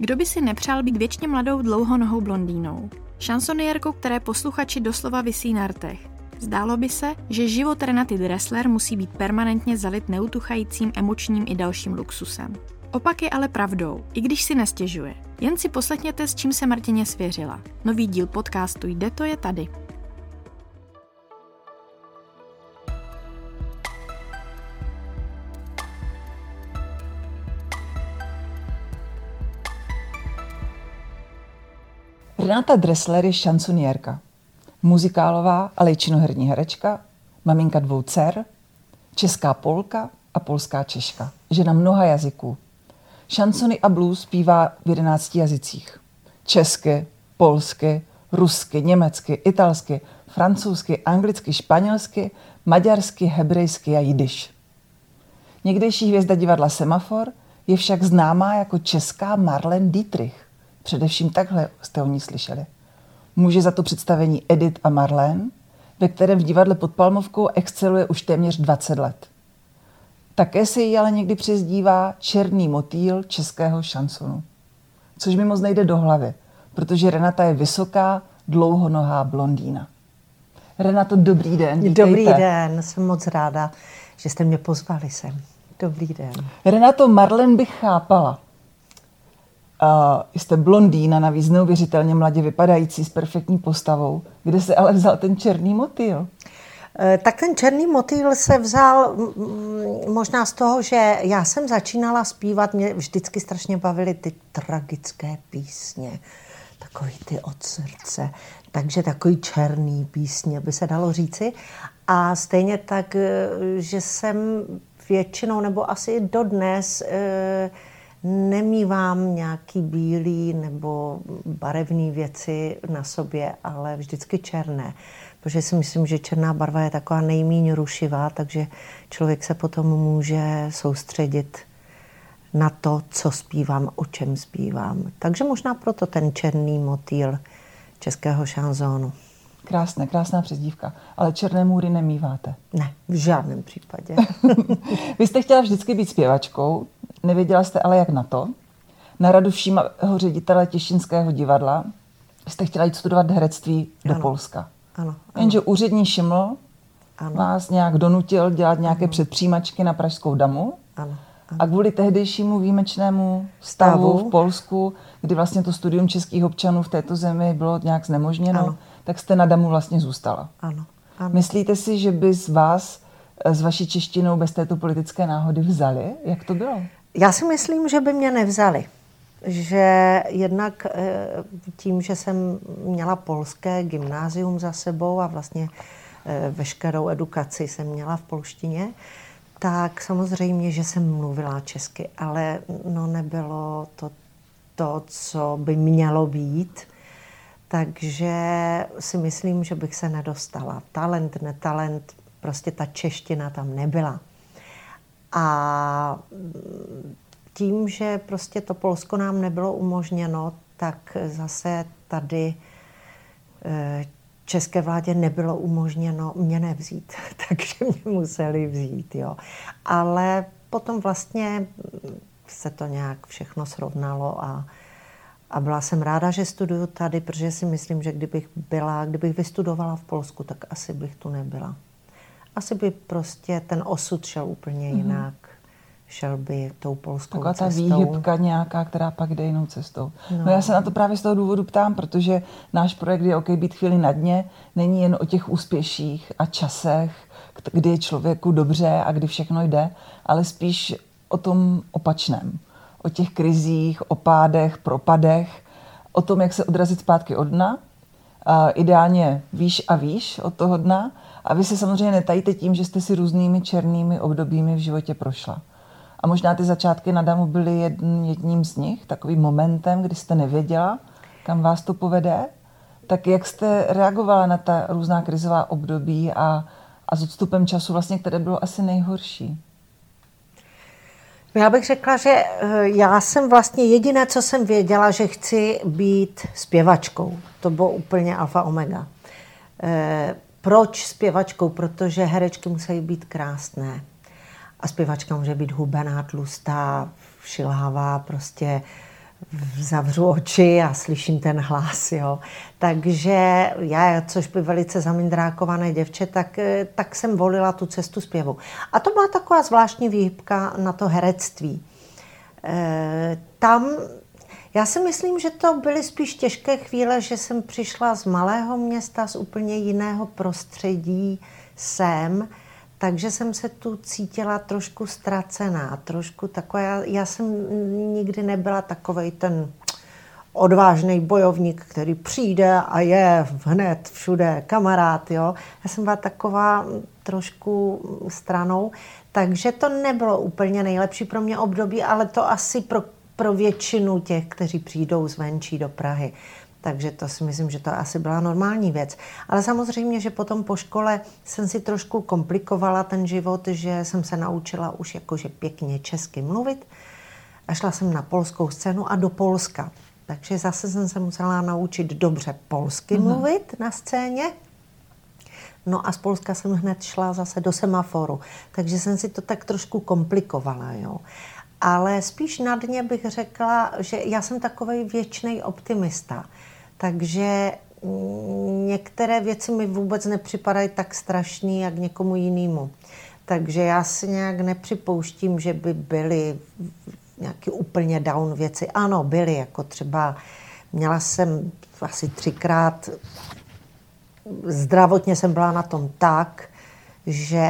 Kdo by si nepřál být věčně mladou dlouhonohou blondýnou? Šansoniérkou, které posluchači doslova visí na rtech. Zdálo by se, že život Renaty Dressler musí být permanentně zalit neutuchajícím emočním i dalším luxusem. Opak je ale pravdou, i když si nestěžuje. Jen si poslechněte, s čím se Martině svěřila. Nový díl podcastu Jde to je tady. Renata Dressler je šansoniérka, muzikálová, ale i činoherní herečka, maminka 2 dcer, česká Polka a polská Češka, žena mnoha jazyků. Šansony a blues zpívá v 11 jazycích. Česky, polsky, rusky, německy, italsky, francouzsky, anglicky, španělsky, maďarsky, hebrejsky a jidiš. Někdejší hvězda divadla Semafor je však známá jako česká Marlene Dietrich. Především takhle jste o ní slyšeli. Může za to představení Edith a Marlene, ve kterém v divadle pod Palmovkou exceluje už téměř 20 let. Také se jí ale někdy přezdívá černý motýl českého šansonu. Což mi moc nejde do hlavy, protože Renata je vysoká, dlouhonohá blondýna. Renato, dobrý den, vítejte. Dobrý den, jsem moc ráda, že jste mě pozvali sem. Dobrý den. Renato, Marlene bych chápala. Jste blondýna, navíc neuvěřitelně mladě vypadající s perfektní postavou. Kde se ale vzal ten černý motýl? Tak ten černý motýl se vzal možná z toho, že já jsem začínala zpívat, mě vždycky strašně bavily ty tragické písně, takový ty od srdce, takže takový černý písně, by se dalo říci. A stejně tak, že jsem většinou, nebo asi dodnes, nemívám nějaký bílý nebo barevné věci na sobě, ale vždycky černé. Protože si myslím, že černá barva je taková nejméně rušivá, takže člověk se potom může soustředit na to, co zpívám, o čem zpívám. Takže možná proto ten černý motýl českého šanzónu. Krásná přezdívka. Ale černé můry nemíváte? Ne, v žádném případě. Vy jste chtěla vždycky být zpěvačkou, nevěděla jste ale jak na to. Na radu všímavého ředitele Těšínského divadla jste chtěla jít studovat herectví do Polska. Ano. Jenže úřední Šiml vás nějak donutil dělat nějaké předpřijímačky na Pražskou damu. Ano. A kvůli tehdejšímu výjimečnému stavu v Polsku, kdy vlastně to studium českých občanů v této zemi bylo nějak znemožněno, tak jste na damu vlastně zůstala. Ano. Myslíte si, že by z vás, s vaší češtinou bez této politické náhody vzali? Jak to bylo? Já si myslím, že by mě nevzali. Že jednak tím, že jsem měla polské gymnázium za sebou a vlastně veškerou edukaci jsem měla v polštině, tak samozřejmě, že jsem mluvila česky, ale nebylo to, co by mělo být. Takže si myslím, že bych se nedostala. Talent, netalent, prostě ta čeština tam nebyla. A tím, že prostě to Polsko nám nebylo umožněno, tak zase tady české vládě nebylo umožněno mě nevzít. Takže mě museli vzít, jo. Ale potom vlastně se to nějak všechno srovnalo a byla jsem ráda, že studuju tady, protože si myslím, že kdybych vystudovala v Polsku, tak asi bych tu nebyla. Asi by prostě ten osud šel úplně jinak. Šel by tou polskou taková cestou. Taková ta výhybka nějaká, která pak jde jinou cestou. No já se na to právě z toho důvodu ptám, protože náš projekt je OK být chvíli na dně, není jen o těch úspěších a časech, kdy je člověku dobře a kdy všechno jde, ale spíš o tom opačném. O těch krizích, o pádech, propadech, o tom, jak se odrazit zpátky od dna, ideálně výš a výš od toho dna. A vy se samozřejmě netajíte tím, že jste si různými černými obdobími v životě prošla. A možná ty začátky na damu byly jedním z nich, takovým momentem, kdy jste nevěděla, kam vás to povede. Tak jak jste reagovala na ta různá krizová období a s odstupem času vlastně, které bylo asi nejhorší? Já bych řekla, že já jsem vlastně jediné, co jsem věděla, že chci být zpěvačkou. To bylo úplně alfa omega. Proč zpěvačkou? Protože herečky musí být krásné. A zpěvačka může být hubená, tlustá, šilhavá, prostě zavřu oči a slyším ten hlas, jo. Takže já, což by velice zamindrákované děvče, tak jsem volila tu cestu zpěvu. A to byla taková zvláštní výhybka na to herectví. Tam, já si myslím, že to byly spíš těžké chvíle, že jsem přišla z malého města, z úplně jiného prostředí sem, takže jsem se tu cítila trošku ztracená, trošku taková, já jsem nikdy nebyla takovej ten odvážný bojovník, který přijde a je hned všude kamarád, jo. Já jsem byla taková trošku stranou, takže to nebylo úplně nejlepší pro mě období, ale to asi pro většinu těch, kteří přijdou zvenčí do Prahy. Takže to si myslím, že to asi byla normální věc. Ale samozřejmě, že potom po škole jsem si trošku komplikovala ten život, že jsem se naučila už jakože pěkně česky mluvit a šla jsem na polskou scénu a do Polska. Takže zase jsem se musela naučit dobře polsky mluvit na scéně. No a z Polska jsem hned šla zase do Semaforu. Takže jsem si to tak trošku komplikovala, jo. Ale spíš na dně bych řekla, že já jsem takovej věčnej optimista. Takže některé věci mi vůbec nepřipadají tak strašný, jak někomu jinému. Takže já si nějak nepřipouštím, že by byly nějaké úplně down věci. Ano, byly, jako třeba měla jsem asi 3krát, zdravotně jsem byla na tom tak, že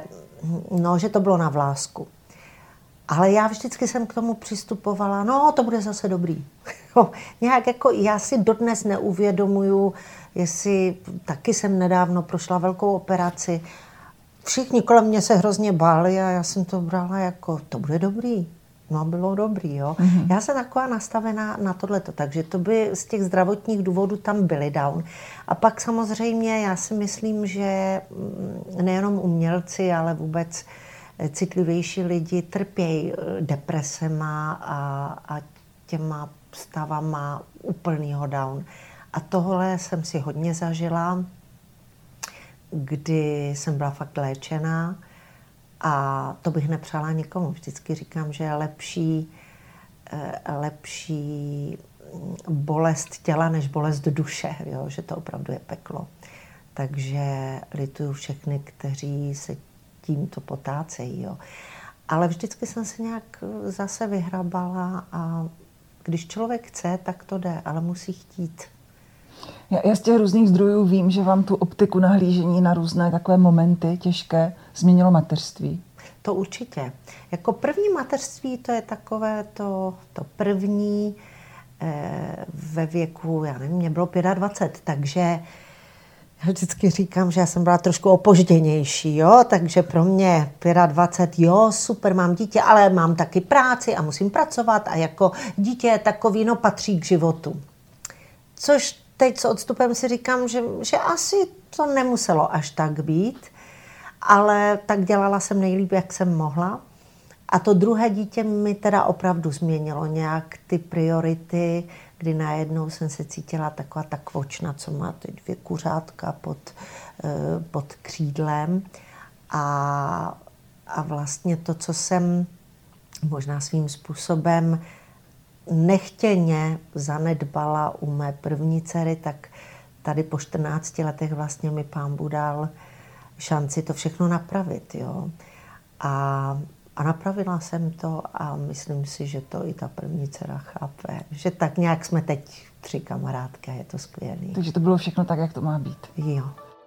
to bylo na vlásku. Ale já vždycky jsem k tomu přistupovala, no to bude zase dobrý. Nějak jako já si dodnes neuvědomuju, jestli taky jsem nedávno prošla velkou operaci. Všichni kolem mě se hrozně báli a já jsem to brala jako, to bude dobrý. No bylo dobrý, jo. Já jsem taková nastavená na tohleto, takže to by z těch zdravotních důvodů tam byly down. A pak samozřejmě já si myslím, že nejenom umělci, ale vůbec citlivější lidi trpějí depresema a těma stavama úplnýho down. A tohle jsem si hodně zažila, kdy jsem byla fakt léčená a to bych nepřála nikomu. Vždycky říkám, že je lepší bolest těla než bolest duše, jo? Že to opravdu je peklo. Takže lituju všechny, kteří se tímto potácejí. Jo. Ale vždycky jsem se nějak zase vyhrabala a když člověk chce, tak to jde, ale musí chtít. Já z těch různých zdrojů vím, že vám tu optiku nahlížení na různé takové momenty těžké změnilo mateřství. To určitě. Jako první mateřství to je takové to první ve věku, já nevím, mě bylo 25, takže já vždycky říkám, že já jsem byla trošku opožděnější, jo, takže pro mě 25, jo, super, mám dítě, ale mám taky práci a musím pracovat a jako dítě takový, no, patří k životu. Což teď s odstupem si říkám, že asi to nemuselo až tak být, ale tak dělala jsem nejlíp, jak jsem mohla. A to druhé dítě mi teda opravdu změnilo nějak ty priority, kdy najednou jsem se cítila taková ta kvočna, co má ty 2 kuřátka pod křídlem. A vlastně to, co jsem možná svým způsobem nechtěně zanedbala u mé první dcery, tak tady po 14 letech vlastně mi Pán Bůh dal šanci to všechno napravit. Jo. A napravila jsem to a myslím si, že to i ta první dcera chápe. Že tak nějak jsme teď 3 kamarádky a je to skvělý. Takže to bylo všechno tak, jak to má být. Jo.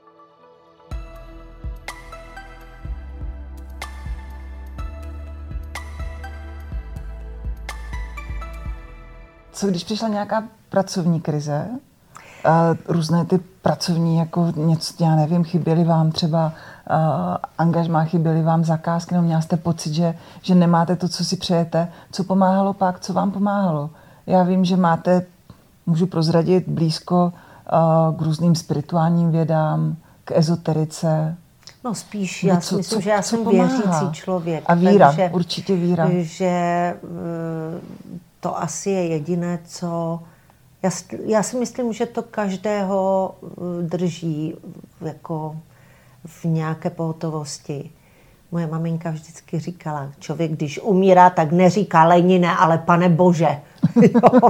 Co když přišla nějaká pracovní krize? Různé ty pracovní, jako něco, já nevím, chyběly vám třeba angažmá, chyběly vám zakázky, no měla jste pocit, že nemáte to, co si přejete. Co pomáhalo pak? Co vám pomáhalo? Já vím, že máte, můžu prozradit, blízko k různým spirituálním vědám, k ezoterice. No spíš, já si myslím, že já jsem věřící člověk. A víra, takže, určitě víra. Že to asi je jediné, co... Já si myslím, že to každého drží jako v nějaké pohotovosti. Moje maminka vždycky říkala, člověk, když umírá, tak neříká Lenine, ale Pane Bože. Jo,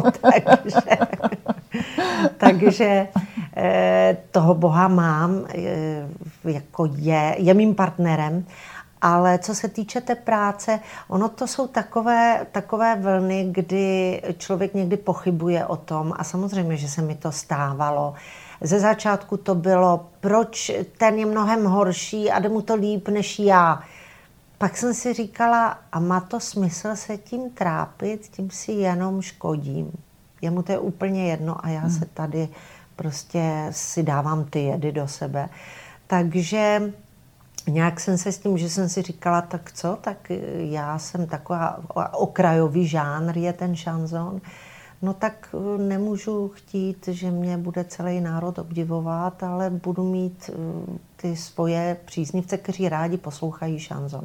takže toho Boha mám, jako je mým partnerem, ale co se týče té práce, ono to jsou takové vlny, kdy člověk někdy pochybuje o tom a samozřejmě, že se mi to stávalo. Ze začátku to bylo, proč ten je mnohem horší a jde mu to líp než já. Pak jsem si říkala, a má to smysl se tím trápit, tím si jenom škodím. Jemu to je úplně jedno a já se tady prostě si dávám ty jedy do sebe. Takže nějak jsem se s tím, že jsem si říkala, tak co, tak já jsem taková, okrajový žánr je ten šanson, no tak nemůžu chtít, že mě bude celý národ obdivovat, ale budu mít ty svoje příznivce, kteří rádi poslouchají šanson.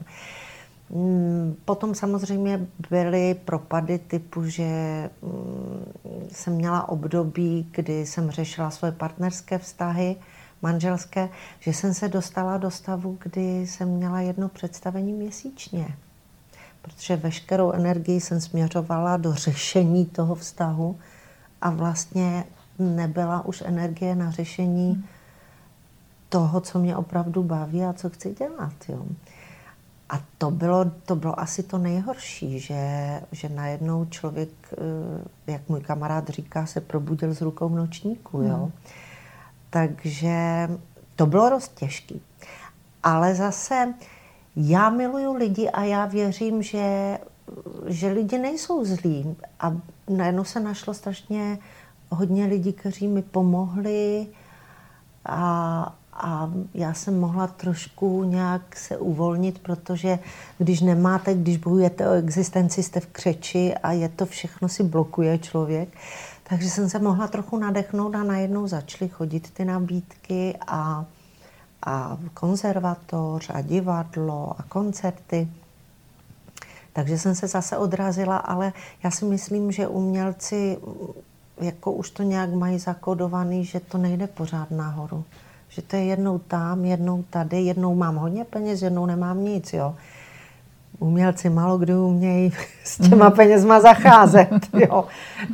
Potom samozřejmě byly propady typu, že jsem měla období, kdy jsem řešila svoje partnerské vztahy, manželské, že jsem se dostala do stavu, kdy jsem měla 1 představení měsíčně. Protože veškerou energii jsem směřovala do řešení toho vztahu a vlastně nebyla už energie na řešení toho, co mě opravdu baví a co chci dělat. Jo. A to bylo asi to nejhorší, že najednou člověk, jak můj kamarád říká, se probudil s rukou v nočníku. Jo. Takže to bylo dost těžký. Ale zase já miluju lidi a já věřím, že lidi nejsou zlí. A najednou se našlo strašně hodně lidí, kteří mi pomohli a já jsem mohla trošku nějak se uvolnit, protože když bojujete o existenci, jste v křeči a je to všechno si blokuje člověk. Takže jsem se mohla trochu nadechnout a najednou začaly chodit ty nabídky a konzervatoř a divadlo a koncerty. Takže jsem se zase odrazila, ale já si myslím, že umělci jako už to nějak mají zakodovaný, že to nejde pořád nahoru. Že to je jednou tam, jednou tady, jednou mám hodně peněz, jednou nemám nic, jo. Umělci málo kdy umějí s těma penězma zacházet, jo.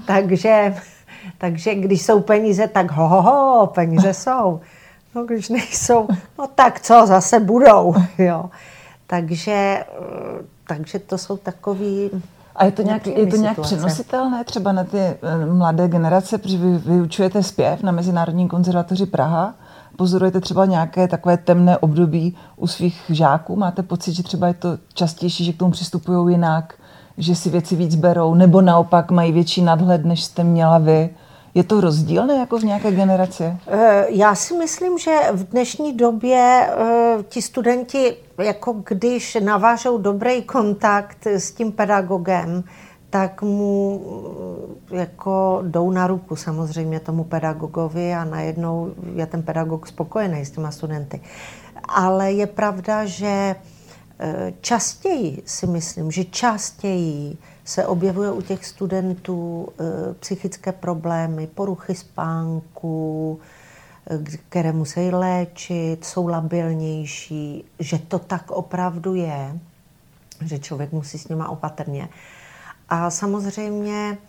Takže když jsou peníze, tak peníze jsou. No, když nejsou, no tak co, zase budou, jo. Takže to jsou takový... A je to nějak přenositelné třeba na ty mladé generace, protože vy vyučujete zpěv na Mezinárodní konzervatoři Praha, pozorujete třeba nějaké takové temné období u svých žáků, máte pocit, že třeba je to častější, že k tomu přistupují jinak, že si věci víc berou, nebo naopak mají větší nadhled, než jste měla vy? Je to rozdílné jako v nějaké generaci? Já si myslím, že v dnešní době ti studenti, jako když navážou dobrý kontakt s tím pedagogem, tak mu jako jdou na ruku samozřejmě tomu pedagogovi a najednou je ten pedagog spokojený s těma studenty. Ale je pravda, že častěji si myslím, že častěji se objevuje u těch studentů psychické problémy, poruchy spánku, které musí léčit, jsou labilnější, že to tak opravdu je, že člověk musí s nima opatrně. A samozřejmě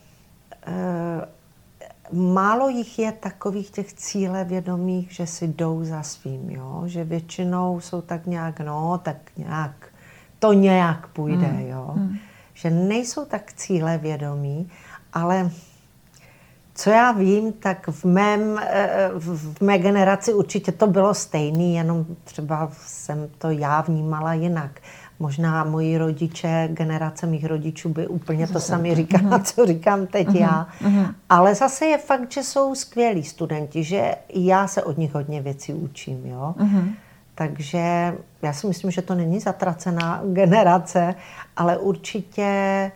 málo jich je takových těch cílevědomých, že si jdou za svým, jo? Že většinou jsou tak nějak, to nějak půjde, jo? Že nejsou tak cílevědomí, ale co já vím, tak v mé generaci určitě to bylo stejný, jenom třeba jsem to já vnímala jinak. Možná moji rodiče, generace mých rodičů by úplně to sami říkala, co říkám teď já. Ale zase je fakt, že jsou skvělí studenti, že já se od nich hodně věcí učím, jo. Takže já si myslím, že to není zatracená generace, ale určitě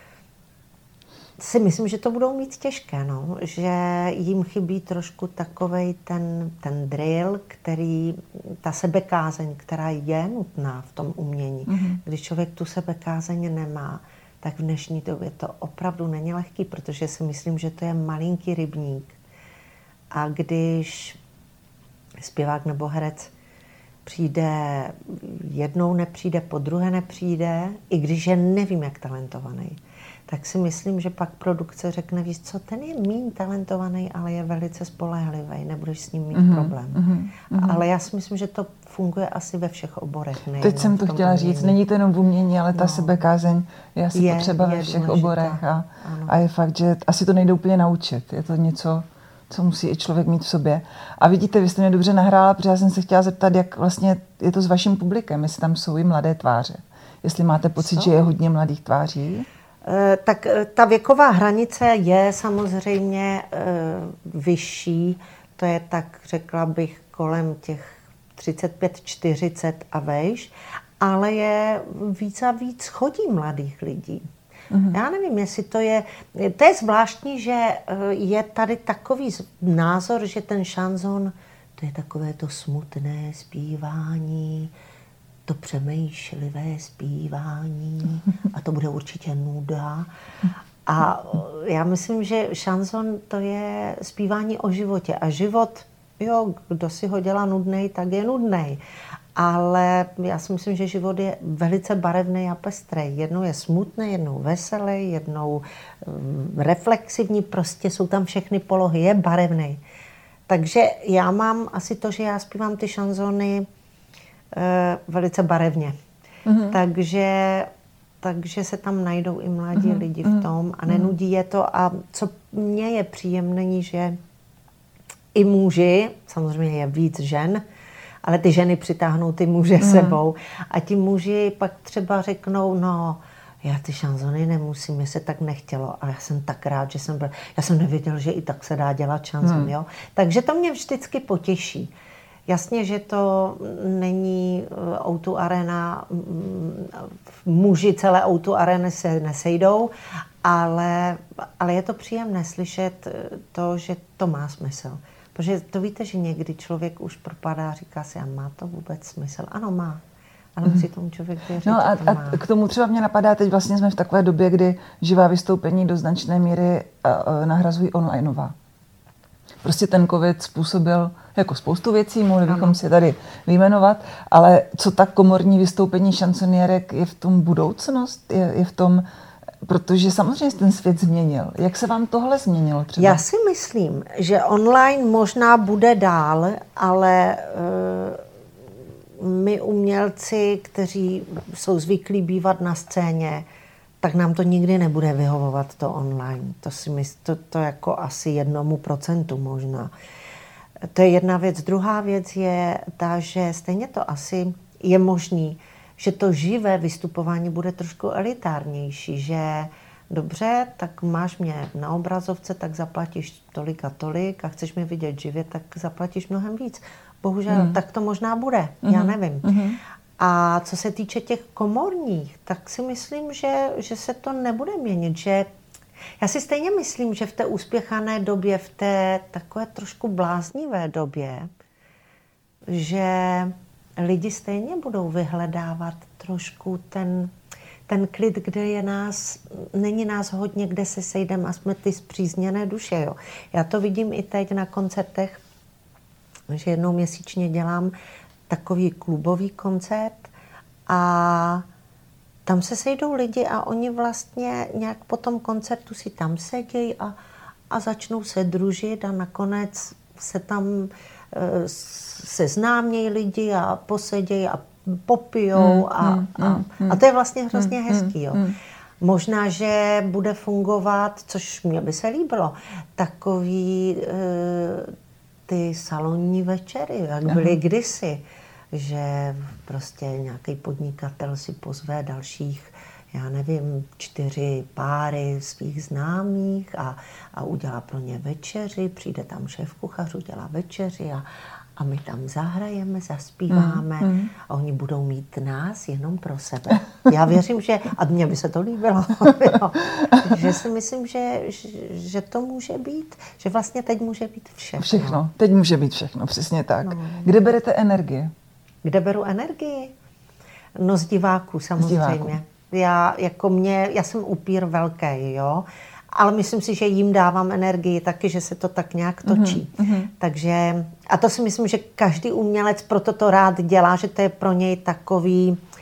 si myslím, že to budou mít těžké, no. Že jim chybí trošku takovej ten drill, ta sebekázeň, která je nutná v tom umění. Když člověk tu sebekázeň nemá, tak v dnešní době to opravdu není lehký, protože si myslím, že to je malinký rybník. A když zpěvák nebo herec přijde, jednou nepřijde, po druhé nepřijde, i když je nevím jak talentovaný, tak si myslím, že pak produkce řekne, víš co, ten je méně talentovaný, ale je velice spolehlivý, nebudeš s ním mít problém. Ale já si myslím, že to funguje asi ve všech oborech. Teď jsem to chtěla říct, není to jenom v umění, ale ta sebekázeň je asi potřeba ve všech oborech a je fakt, že asi to nejde úplně naučit. Je to něco, co musí i člověk mít v sobě. A vidíte, vy jste mě dobře nahrála, protože já jsem se chtěla zeptat, jak vlastně je to s vaším publikem, jestli tam jsou i mladé tváře. Jestli máte pocit, že je hodně mladých tváří? Tak ta věková hranice je samozřejmě vyšší. To je tak, řekla bych, kolem těch 35-40 a vejš. Ale je víc a víc chodí mladých lidí. Já nevím, jestli to je zvláštní, že je tady takový názor, že ten šanson, to je takové to smutné zpívání, to přemýšlivé zpívání a to bude určitě nuda. A já myslím, že šanson to je zpívání o životě. A život, jo, kdo si ho dělá nudnej, tak je nudnej. Ale já si myslím, že život je velice barevný a pestrý. Jednou je smutný, jednou veselý, jednou reflexivní, prostě jsou tam všechny polohy, je barevný. Takže já mám asi to, že já zpívám ty šanzony velice barevně. Takže se tam najdou i mladí lidi v tom a nenudí je to. A co mně je příjemné, že i muži, samozřejmě je víc žen, ale ty ženy přitáhnou ty muže sebou. A ti muži pak třeba řeknou, no, já ty šanzony nemusím, mě se tak nechtělo, ale já jsem tak rád, že jsem byl, já jsem nevěděl, že i tak se dá dělat šanzon, jo. Takže to mě vždycky potěší. Jasně, že to není O2 Arena, muži celé O2 Areny se nesejdou, ale je to příjemné slyšet to, že to má smysl. Protože to víte, že někdy člověk už propadá a říká si, a má to vůbec smysl? Ano, má. Ale musí tomu člověk věřit, no a k tomu třeba mě napadá, teď vlastně jsme v takové době, kdy živá vystoupení do značné míry nahrazují onlineová. Prostě ten covid způsobil jako spoustu věcí, mohli bychom si tady vyjmenovat, ale co tak komorní vystoupení šansonierek, je v tom budoucnost? Je v tom, protože samozřejmě ten svět změnil. Jak se vám tohle změnilo třeba? Já si myslím, že online možná bude dál, ale my umělci, kteří jsou zvyklí bývat na scéně, tak nám to nikdy nebude vyhovovat to online. To si myslím, to jako asi 1% možná. To je jedna věc. Druhá věc je ta, že stejně to asi je možný, že to živé vystupování bude trošku elitárnější, že dobře, tak máš mě na obrazovce, tak zaplatíš tolik a tolik a chceš mě vidět živě, tak zaplatíš mnohem víc. Bohužel, tak to možná bude, já nevím. A co se týče těch komorních, tak si myslím, že se to nebude měnit, že já si stejně myslím, že v té uspěchané době, v té takové trošku bláznivé době, že lidi stejně budou vyhledávat trošku ten klid, kde je není nás hodně, kde se sejdeme a jsme ty spřízněné duše. Jo. Já to vidím i teď na koncertech, že jednou měsíčně dělám takový klubový koncert a tam se sejdou lidi a oni vlastně nějak po tom koncertu si tam sedějí a začnou se družit a nakonec se tam seznámějí lidi a posedějí a popijou a to je vlastně hrozně hezký. Jo. Možná, že bude fungovat, což mě by se líbilo, takový ty salonní večery, jak byly kdysi, že prostě nějaký podnikatel si pozve dalších, já nevím, 4 páry svých známých a udělá pro ně večeři, přijde tam šéf kuchař, udělá večeři a my tam zahrajeme, zaspíváme a oni budou mít nás jenom pro sebe. Já věřím, že, a mně by se to líbilo, jo, že si myslím, že to může být, že vlastně teď může být všechno. Všechno, teď může být všechno, přesně tak. No. Kde berete energie? Kde beru energii? No z diváků samozřejmě. Já jsem upír velký, jo, ale myslím si, že jim dávám energii taky, že se to tak nějak točí. Takže, a to si myslím, že každý umělec proto to rád dělá, že to je pro něj takový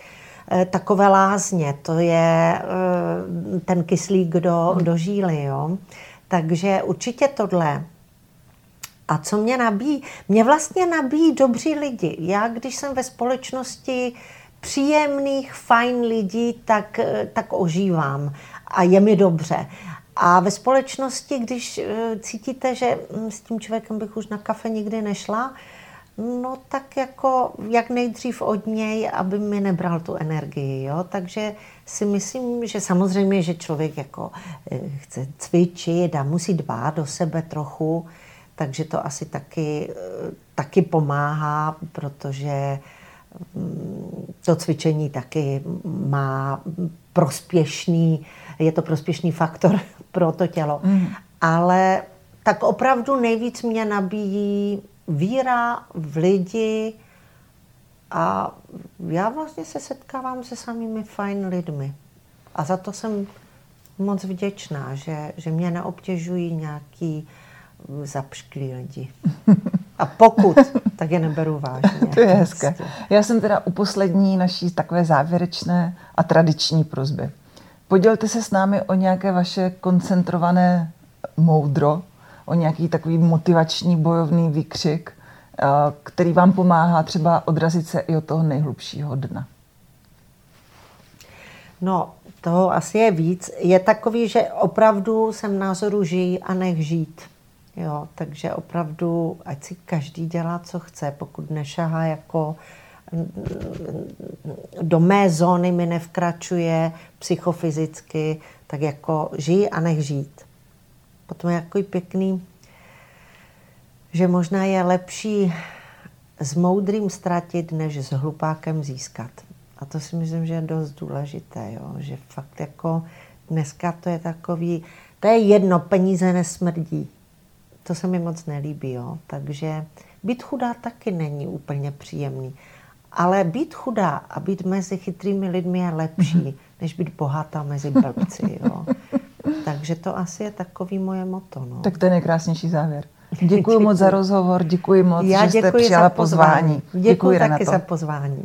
takové lázně, to je ten kyslík do žíly, jo. Takže určitě tohle. A co mě nabíjí? Mě vlastně nabíjí dobří lidi. Já, když jsem ve společnosti příjemných, fajn lidí, tak ožívám a je mi dobře. A ve společnosti, když cítíte, že s tím člověkem bych už na kafe nikdy nešla, no tak jako jak nejdřív od něj, aby mi nebral tu energii, jo. Takže si myslím, že samozřejmě, že člověk jako chce cvičit a musí dbát do sebe trochu, takže to asi taky pomáhá, protože to cvičení taky má je to prospěšný faktor pro to tělo. Ale tak opravdu nejvíc mě nabíjí víra v lidi a já vlastně se setkávám se samými fajn lidmi. A za to jsem moc vděčná, že mě neobtěžují nějaký zapšklí lidi. A pokud, tak je neberu vážně. To je hezké. Já jsem teda u poslední naší takové závěrečné a tradiční prosby. Podělte se s námi o nějaké vaše koncentrované moudro, o nějaký takový motivační bojovný výkřik, který vám pomáhá třeba odrazit se i od toho nejhlubšího dna. No, toho asi je víc. Je takový, že opravdu jsem názoru žij a nech žít. Jo, takže opravdu, ať si každý dělá, co chce, pokud nešahá jako do mé zóny, mi nevkračuje psychofyzicky, tak jako žij a nech žít. Potom je jako pěkný, že možná je lepší s moudrým ztratit, než s hlupákem získat. A to si myslím, že je dost důležité, jo? Že fakt jako dneska to je takový, to je jedno, peníze nesmrdí. To se mi moc nelíbí, jo? Takže být chudá taky není úplně příjemný. Ale být chudá a být mezi chytrými lidmi je lepší, než být bohatá mezi blbci, jo? Takže to asi je takový moje motto, no. Tak to je nejkrásnější závěr. Děkuji moc za rozhovor, děkuji moc, že jste přijala pozvání. Děkuji taky za pozvání.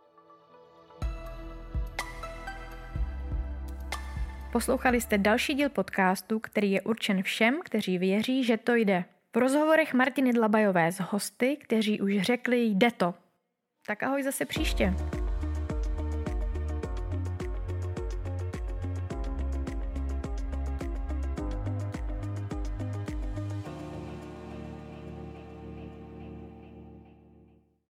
Poslouchali jste další díl podcastu, který je určen všem, kteří věří, že to jde. V rozhovorech Martiny Dlabajové s hosty, kteří už řekli jde to. Tak ahoj zase příště.